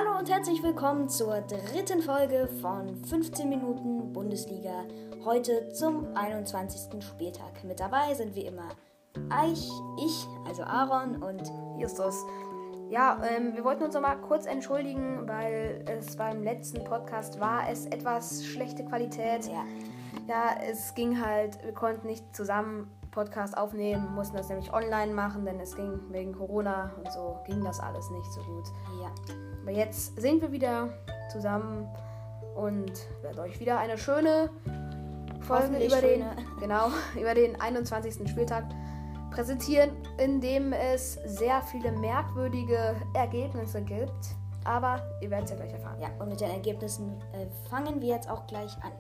Hallo und herzlich willkommen zur dritten Folge von 15 Minuten Bundesliga. Heute zum 21. Spieltag. Mit dabei sind wie immer ich, also Aaron und Justus. Ja, wir wollten uns noch mal kurz entschuldigen, weil es beim letzten Podcast war es etwas schlechte Qualität. Ja, es ging halt, wir konnten nicht zusammen Podcast aufnehmen, mussten das nämlich online machen, denn es ging wegen Corona und so ging das alles nicht so gut. Ja. Aber jetzt sind wir wieder zusammen und werde euch wieder eine schöne Folge über den 21. Spieltag präsentieren, in dem es sehr viele merkwürdige Ergebnisse gibt. Aber ihr werdet es ja gleich erfahren. Ja, und mit den Ergebnissen fangen wir jetzt auch gleich an.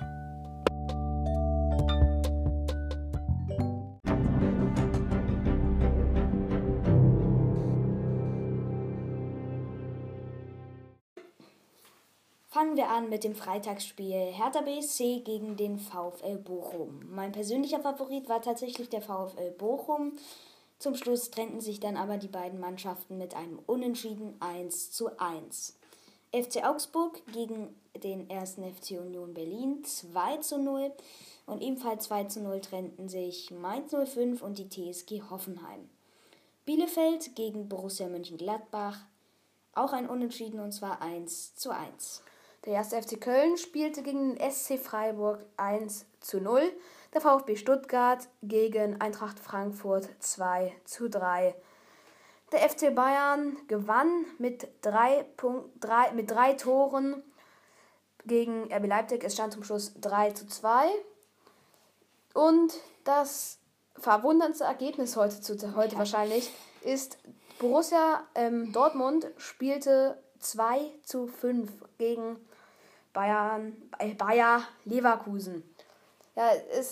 Fangen wir an mit dem Freitagsspiel Hertha BSC gegen den VfL Bochum. Mein persönlicher Favorit war tatsächlich der VfL Bochum. Zum Schluss trennten sich dann aber die beiden Mannschaften mit einem Unentschieden 1:1. FC Augsburg gegen den 1. FC Union Berlin 2:0 und ebenfalls 2:0 trennten sich Mainz 05 und die TSG Hoffenheim. Bielefeld gegen Borussia Mönchengladbach, auch ein Unentschieden und zwar 1:1. Der 1. FC Köln spielte gegen den SC Freiburg 1:0. Der VfB Stuttgart gegen Eintracht Frankfurt 2:3. Der FC Bayern gewann mit drei Toren gegen RB Leipzig. Es stand zum Schluss 3:2. Und das verwunderndste Ergebnis heute wahrscheinlich ist, Borussia Dortmund spielte 2:5 gegen Bayer Leverkusen. Ja,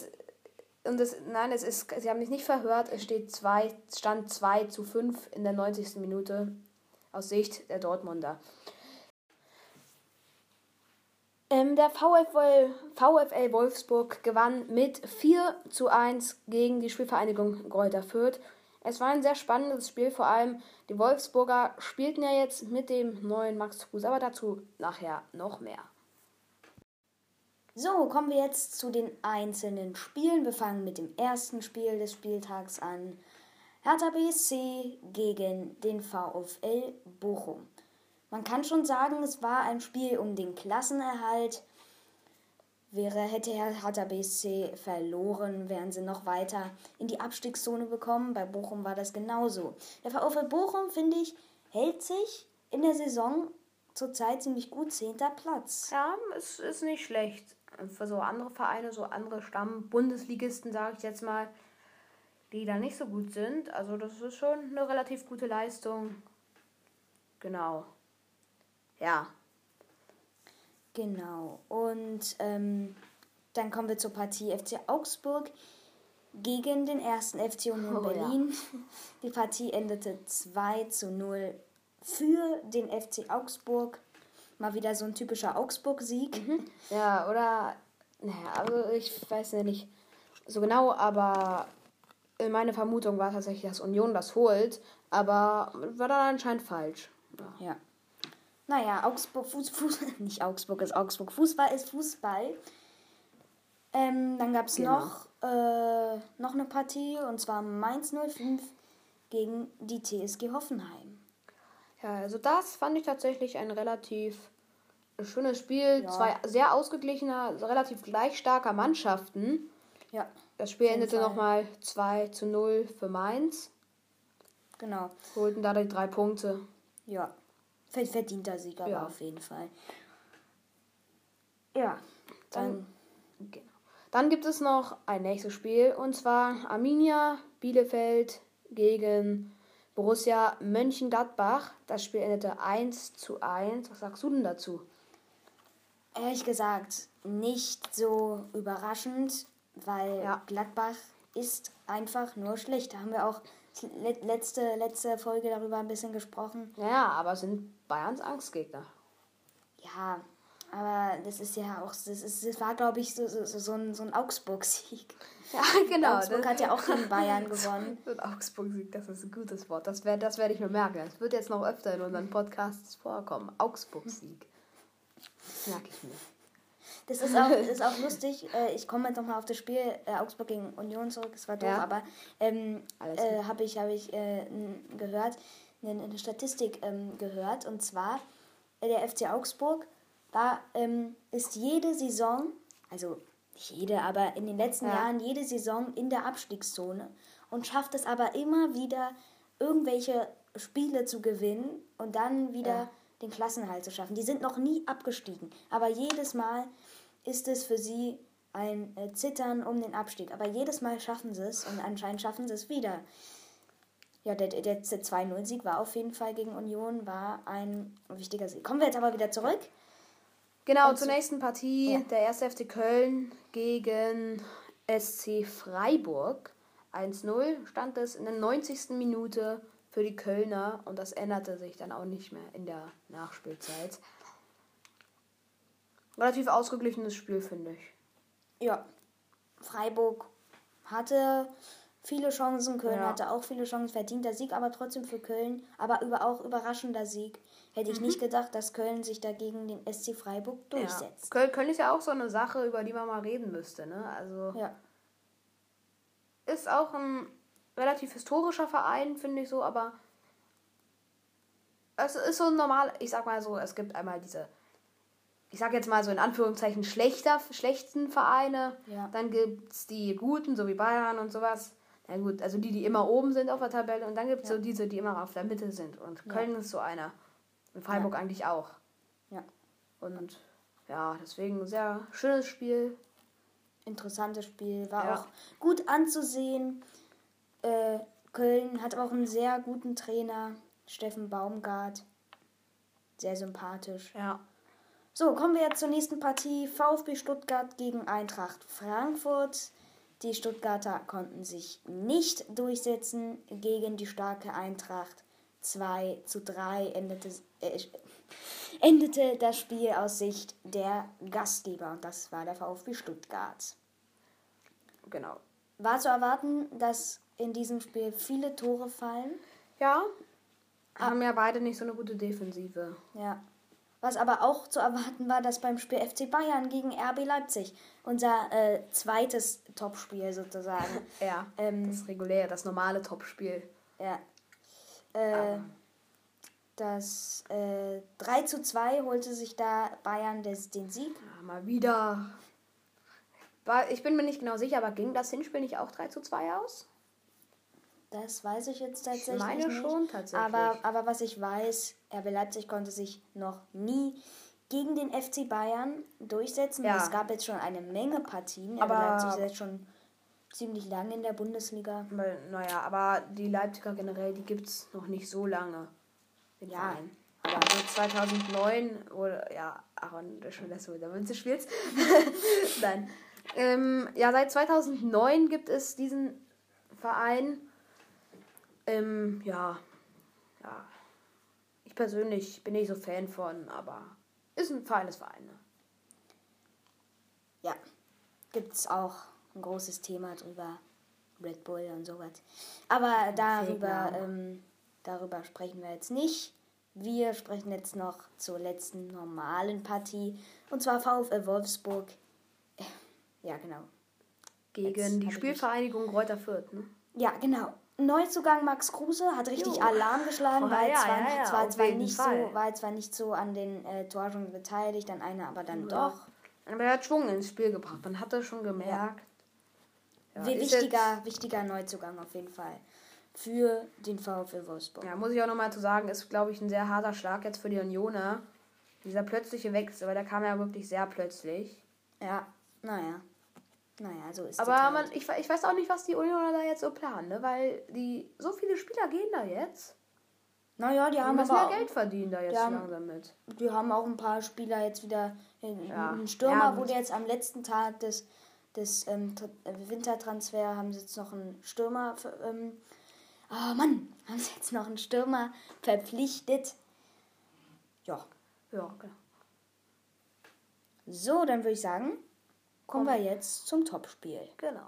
sie haben mich nicht verhört, es stand 2:5 in der 90. Minute aus Sicht der Dortmunder. Der VfL Wolfsburg gewann mit 4:1 gegen die Spielvereinigung Greuther Fürth. Es war ein sehr spannendes Spiel, vor allem die Wolfsburger spielten ja jetzt mit dem neuen Max Kruse, aber dazu nachher noch mehr. So, kommen wir jetzt zu den einzelnen Spielen. Wir fangen mit dem ersten Spiel des Spieltags an. Hertha BSC gegen den VfL Bochum. Man kann schon sagen, es war ein Spiel um den Klassenerhalt. Hätte Hertha BSC verloren, wären sie noch weiter in die Abstiegszone gekommen. Bei Bochum war das genauso. Der VfL Bochum, finde ich, hält sich in der Saison zurzeit ziemlich gut, 10. Platz. Ja, es ist nicht schlecht. Für so andere Vereine, so andere Stamm-Bundesligisten, sage ich jetzt mal, die da nicht so gut sind. Also das ist schon eine relativ gute Leistung. Genau. Ja. Genau. Und dann kommen wir zur Partie FC Augsburg gegen den 1. FC Union Berlin. Ja. Die Partie endete 2:0 für den FC Augsburg. Mal wieder so ein typischer Augsburg-Sieg. Mhm. Ja, oder, also ich weiß ja nicht so genau, aber meine Vermutung war tatsächlich, dass Union das holt, aber war dann anscheinend falsch. Ja. Naja, Fußball ist Fußball. Dann gab es noch eine Partie, und zwar Mainz 05 gegen die TSG Hoffenheim. Ja, also das fand ich tatsächlich ein relativ schönes Spiel. Ja. Zwei sehr ausgeglichener, relativ gleich starker Mannschaften. Ja. Das Spiel endete nochmal 2:0 für Mainz. Genau. Holten da die 3 Punkte. Ja. Verdienter Sieg aber auf jeden Fall. Ja. Dann gibt es noch ein nächstes Spiel, und zwar Arminia Bielefeld gegen Borussia Mönchengladbach. Das Spiel endete 1:1. Was sagst du denn dazu? Ehrlich gesagt, nicht so überraschend, weil Gladbach ist einfach nur schlecht. Da haben wir auch letzte Folge darüber ein bisschen gesprochen. Ja, aber sind Bayerns Angstgegner. Ja, Aber das ist ja auch, das war, glaube ich, so ein Augsburg-Sieg. Ja, genau. Augsburg hat ja auch gegen Bayern gewonnen. So ein Augsburg-Sieg, das ist ein gutes Wort. Das werde ich mir merken. Das wird jetzt noch öfter in unseren Podcasts vorkommen. Augsburg-Sieg. Das merke ich mir. Das ist auch lustig. Ich komme jetzt nochmal auf das Spiel Augsburg gegen Union zurück. Es war doof, Ja. aber habe ich gehört, eine Statistik gehört. Und zwar, der FC Augsburg, da ist jede Saison, also nicht jede, aber in den letzten Jahren jede Saison in der Abstiegszone und schafft es aber immer wieder, irgendwelche Spiele zu gewinnen und dann wieder den Klassenerhalt zu schaffen. Die sind noch nie abgestiegen, aber jedes Mal ist es für sie ein Zittern um den Abstieg. Aber jedes Mal schaffen sie es und anscheinend schaffen sie es wieder. Ja, der 2-0-Sieg war auf jeden Fall gegen Union, war ein wichtiger Sieg. Kommen wir jetzt aber wieder zurück. Genau, zur nächsten Partie. Der 1. FC Köln gegen SC Freiburg. 1-0 stand es in der 90. Minute für die Kölner und das änderte sich dann auch nicht mehr in der Nachspielzeit. Relativ ausgeglichenes Spiel, finde ich. Ja, Freiburg hatte viele Chancen, Köln hatte auch viele Chancen, verdienter Sieg, aber trotzdem für Köln, aber auch überraschender Sieg. Hätte ich nicht gedacht, dass Köln sich dagegen den SC Freiburg durchsetzt. Ja. Köln ist ja auch so eine Sache, über die man mal reden müsste, ne? Also ist auch ein relativ historischer Verein, finde ich so, aber es ist so normal, ich sag mal so, es gibt einmal diese, ich sag jetzt mal so in Anführungszeichen schlechten Vereine, dann gibt's die guten, so wie Bayern und sowas. Na gut, also die immer oben sind auf der Tabelle und dann gibt's so diese, die immer auf der Mitte sind und Köln ist so einer. Und Freiburg eigentlich auch. Ja. Und ja, deswegen ein sehr schönes Spiel. Interessantes Spiel, war auch gut anzusehen. Köln hat auch einen sehr guten Trainer, Steffen Baumgart. Sehr sympathisch. Ja. So, kommen wir jetzt zur nächsten Partie. VfB Stuttgart gegen Eintracht Frankfurt. Die Stuttgarter konnten sich nicht durchsetzen gegen die starke Eintracht. 2-3 endete das Spiel aus Sicht der Gastgeber. Und das war der VfB Stuttgart. Genau. War zu erwarten, dass in diesem Spiel viele Tore fallen. Ja. Haben ja beide nicht so eine gute Defensive. Ja. Was aber auch zu erwarten war, dass beim Spiel FC Bayern gegen RB Leipzig, unser zweites Topspiel sozusagen. Das reguläre, das normale Topspiel. Ja. Das 3-2 holte sich da Bayern den Sieg. Ja, mal wieder. Ich bin mir nicht genau sicher, aber ging das Hinspiel nicht auch 3-2 aus? Das weiß ich jetzt tatsächlich nicht. Ich meine schon, tatsächlich. Aber was ich weiß, RB Leipzig konnte sich noch nie gegen den FC Bayern durchsetzen. Ja. Es gab jetzt schon eine Menge Partien. Aber RB Leipzig ist jetzt schon ziemlich lange in der Bundesliga. Naja, aber die Leipziger generell, die gibt es noch nicht so lange. Ja. Aber so 2009 oder aber schon das so, wenn du spielst. Nein. Seit 2009 gibt es diesen Verein. Ich persönlich bin nicht so Fan von, aber ist ein feines Verein. Ne? Ja, gibt es auch ein großes Thema drüber. Red Bull und sowas. Aber darüber sprechen wir jetzt nicht. Wir sprechen jetzt noch zur letzten normalen Partie. Und zwar VfL Wolfsburg. Ja, genau. Gegen die Spielvereinigung Greuther Fürth, ne? Ja, genau. Neuzugang Max Kruse hat richtig Alarm geschlagen, war zwar nicht so an den Torchancen beteiligt, an einer, aber dann doch. Aber er hat Schwung ins Spiel gebracht, man hat das schon gemerkt. Ja, wichtiger Neuzugang auf jeden Fall für den VfL Wolfsburg. Ja, muss ich auch nochmal zu sagen, ist, glaube ich, ein sehr harter Schlag jetzt für die Unioner. Dieser plötzliche Wechsel, weil der kam ja wirklich sehr plötzlich. Ja, naja, so ist es. Aber ich weiß auch nicht, was die Unioner da jetzt so planen, ne? Weil so viele Spieler gehen da jetzt. Naja, die haben aber Geld verdienen da jetzt langsam mit. Die haben auch ein paar Spieler jetzt wieder. Ein Stürmer wurde jetzt am letzten Tag des Wintertransfer, haben sie jetzt noch einen Stürmer haben sie jetzt noch einen Stürmer verpflichtet. Ja, genau. So, dann würde ich sagen, kommen wir jetzt zum Topspiel. Genau.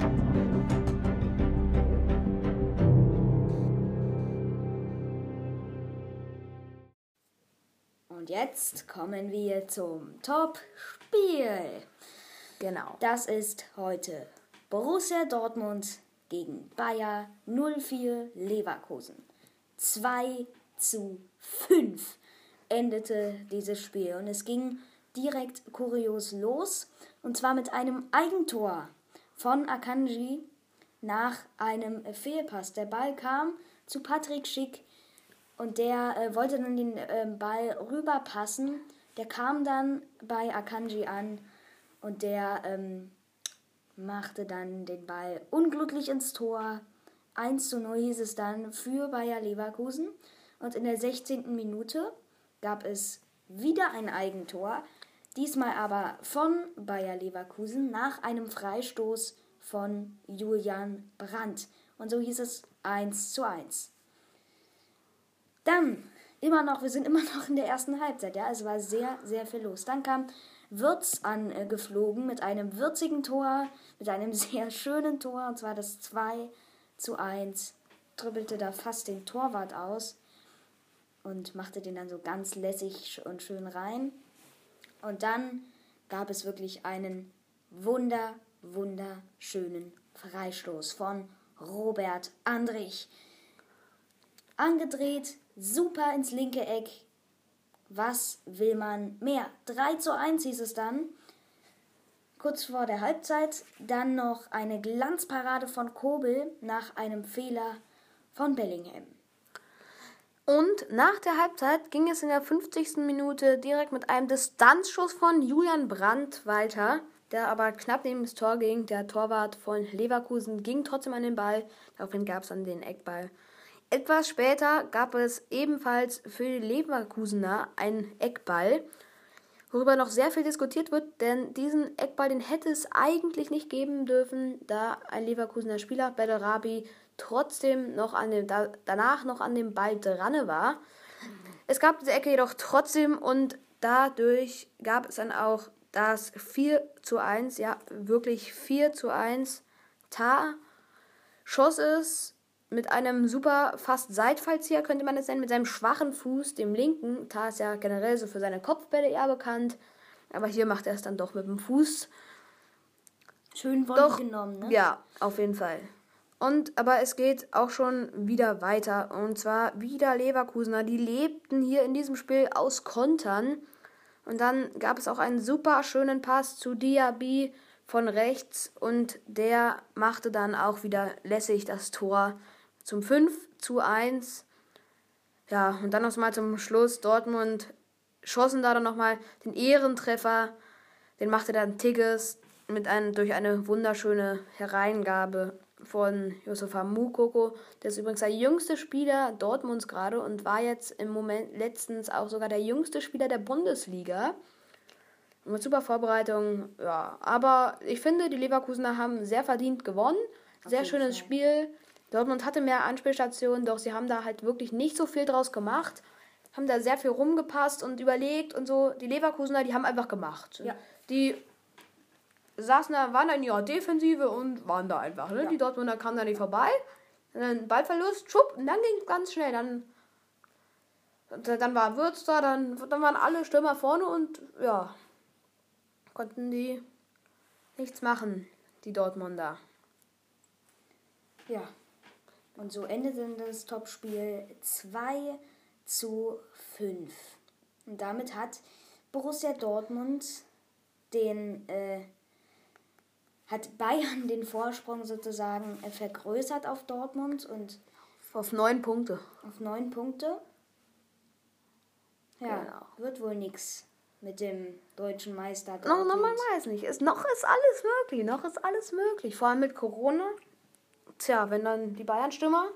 Und jetzt kommen wir zum Topspiel. Genau. Das ist heute Borussia Dortmund gegen Bayer 04 Leverkusen. 2:5 endete dieses Spiel. Und es ging direkt kurios los. Und zwar mit einem Eigentor von Akanji nach einem Fehlpass. Der Ball kam zu Patrick Schick. Und der wollte dann den Ball rüberpassen. Der kam dann bei Akanji an und der machte dann den Ball unglücklich ins Tor. 1:0 hieß es dann für Bayer Leverkusen. Und in der 16. Minute gab es wieder ein Eigentor. Diesmal aber von Bayer Leverkusen nach einem Freistoß von Julian Brandt. Und so hieß es 1:1. Dann, wir sind immer noch in der ersten Halbzeit, ja, es war sehr, sehr viel los. Dann kam Wirtz angeflogen mit einem würzigen Tor, mit einem sehr schönen Tor, und zwar das 2:1, dribbelte da fast den Torwart aus und machte den dann so ganz lässig und schön rein. Und dann gab es wirklich einen wunderschönen Freistoß von Robert Andrich. Angedreht, super ins linke Eck. Was will man mehr? 3:1 hieß es dann. Kurz vor der Halbzeit. Dann noch eine Glanzparade von Kobel nach einem Fehler von Bellingham. Und nach der Halbzeit ging es in der 50. Minute direkt mit einem Distanzschuss von Julian Brandt weiter, der aber knapp neben das Tor ging. Der Torwart von Leverkusen ging trotzdem an den Ball. Daraufhin gab es dann den Eckball. Etwas später gab es ebenfalls für die Leverkusener einen Eckball, worüber noch sehr viel diskutiert wird, denn diesen Eckball, den hätte es eigentlich nicht geben dürfen, da ein Leverkusener Spieler, Bellarabi, trotzdem noch danach noch an dem Ball dran war. Es gab diese Ecke jedoch trotzdem und dadurch gab es dann auch das 4:1, ja wirklich 4:1. Tah schoss es mit einem super, fast Seitfallzieher, könnte man es nennen, mit seinem schwachen Fuß, dem linken. Tah ist ja generell so für seine Kopfbälle eher bekannt. Aber hier macht er es dann doch mit dem Fuß. Schön Wolle genommen, ne? Ja, auf jeden Fall. Aber es geht auch schon wieder weiter. Und zwar wieder Leverkusener. Die lebten hier in diesem Spiel aus Kontern. Und dann gab es auch einen super schönen Pass zu Diaby von rechts. Und der machte dann auch wieder lässig das Tor zum 5:1. Ja, und dann nochmal zum Schluss. Dortmund schossen da dann nochmal den Ehrentreffer. Den machte dann Tigges durch eine wunderschöne Hereingabe von Yusufa Moukoko. Der ist übrigens der jüngste Spieler Dortmunds gerade und war jetzt im Moment letztens auch sogar der jüngste Spieler der Bundesliga. Und mit super Vorbereitung, ja. Aber ich finde, die Leverkusener haben sehr verdient gewonnen. Sehr schönes Spiel. Dortmund hatte mehr Anspielstationen, doch sie haben da halt wirklich nicht so viel draus gemacht. Haben da sehr viel rumgepasst und überlegt und so. Die Leverkusener, die haben einfach gemacht. Ja. Die waren da in ihrer Defensive und waren da einfach. Ne? Ja. Die Dortmunder kamen da nicht vorbei. Dann Ballverlust, schupp, und dann ging es ganz schnell. Dann war Wirtz da, dann waren alle Stürmer vorne und ja, konnten die nichts machen, die Dortmunder. Ja, und so endete das Topspiel 2:5. Und damit hat Borussia Dortmund hat Bayern den Vorsprung sozusagen vergrößert auf Dortmund und auf 9 Punkte. Auf 9 Punkte. Ja, genau. Wird wohl nichts mit dem deutschen Meister Dortmund. Man weiß nicht. Noch ist alles möglich. Vor allem mit Corona. Tja, wenn dann die Bayern-Stürmer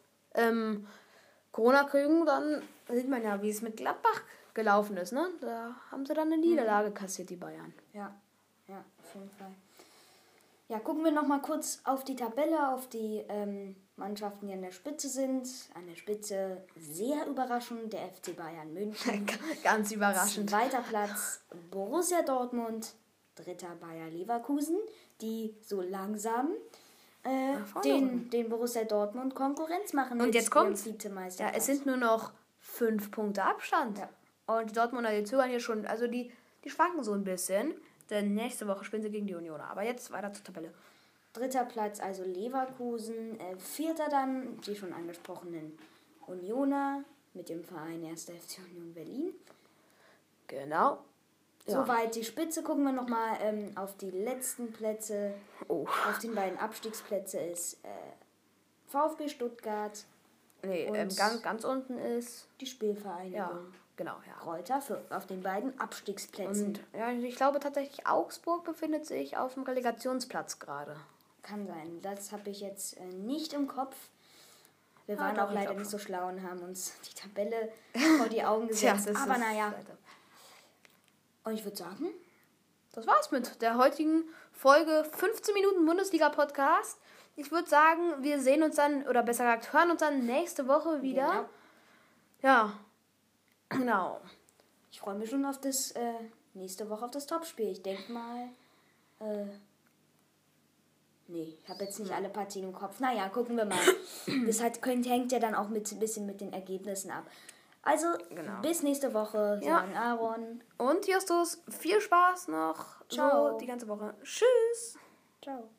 Corona kriegen, dann sieht man ja, wie es mit Gladbach gelaufen ist. Ne? Da haben sie dann eine Niederlage kassiert, die Bayern. Ja, auf jeden Fall. Ja, gucken wir noch mal kurz auf die Tabelle, auf die Mannschaften, die an der Spitze sind. An der Spitze sehr überraschend der FC Bayern München. Ganz überraschend. Zweiter Platz Borussia Dortmund. Dritter Bayer Leverkusen, die so langsam den Borussia Dortmund Konkurrenz machen. Und jetzt kommt ja, es sind nur noch 5 Punkte Abstand. Ja. Und die Dortmunder, die zögern hier schon, also die schwanken so ein bisschen. Denn nächste Woche spielen sie gegen die Unioner. Aber jetzt weiter zur Tabelle. Dritter Platz, also Leverkusen. Vierter dann, die schon angesprochenen Unioner mit dem Verein 1. FC Union Berlin. Genau. Ja. Soweit die Spitze. Gucken wir nochmal auf die letzten Plätze. Auf den beiden Abstiegsplätze ist VfB Stuttgart. Nee, ganz unten ist die Spielvereinigung. Ja, genau, ja. Kräuter auf den beiden Abstiegsplätzen. Und ja, ich glaube tatsächlich, Augsburg befindet sich auf dem Relegationsplatz gerade. Kann sein. Das habe ich jetzt nicht im Kopf. Wir waren auch leider nicht so schlau und haben uns die Tabelle vor die Augen gesetzt. Aber naja. Und ich würde sagen, das war's mit der heutigen Folge 15 Minuten Bundesliga-Podcast. Ich würde sagen, wir sehen uns dann, oder besser gesagt, hören uns dann nächste Woche wieder. Genau. Ja, genau. Ich freue mich schon auf das nächste Woche auf das Topspiel. Ich denke mal, ich habe jetzt nicht alle Partien im Kopf. Naja, gucken wir mal. Das hängt ja dann auch ein bisschen mit den Ergebnissen ab. Also, bis nächste Woche, sagen Aaron. Und Justus, viel Spaß noch. Ciao. So, die ganze Woche. Tschüss. Ciao.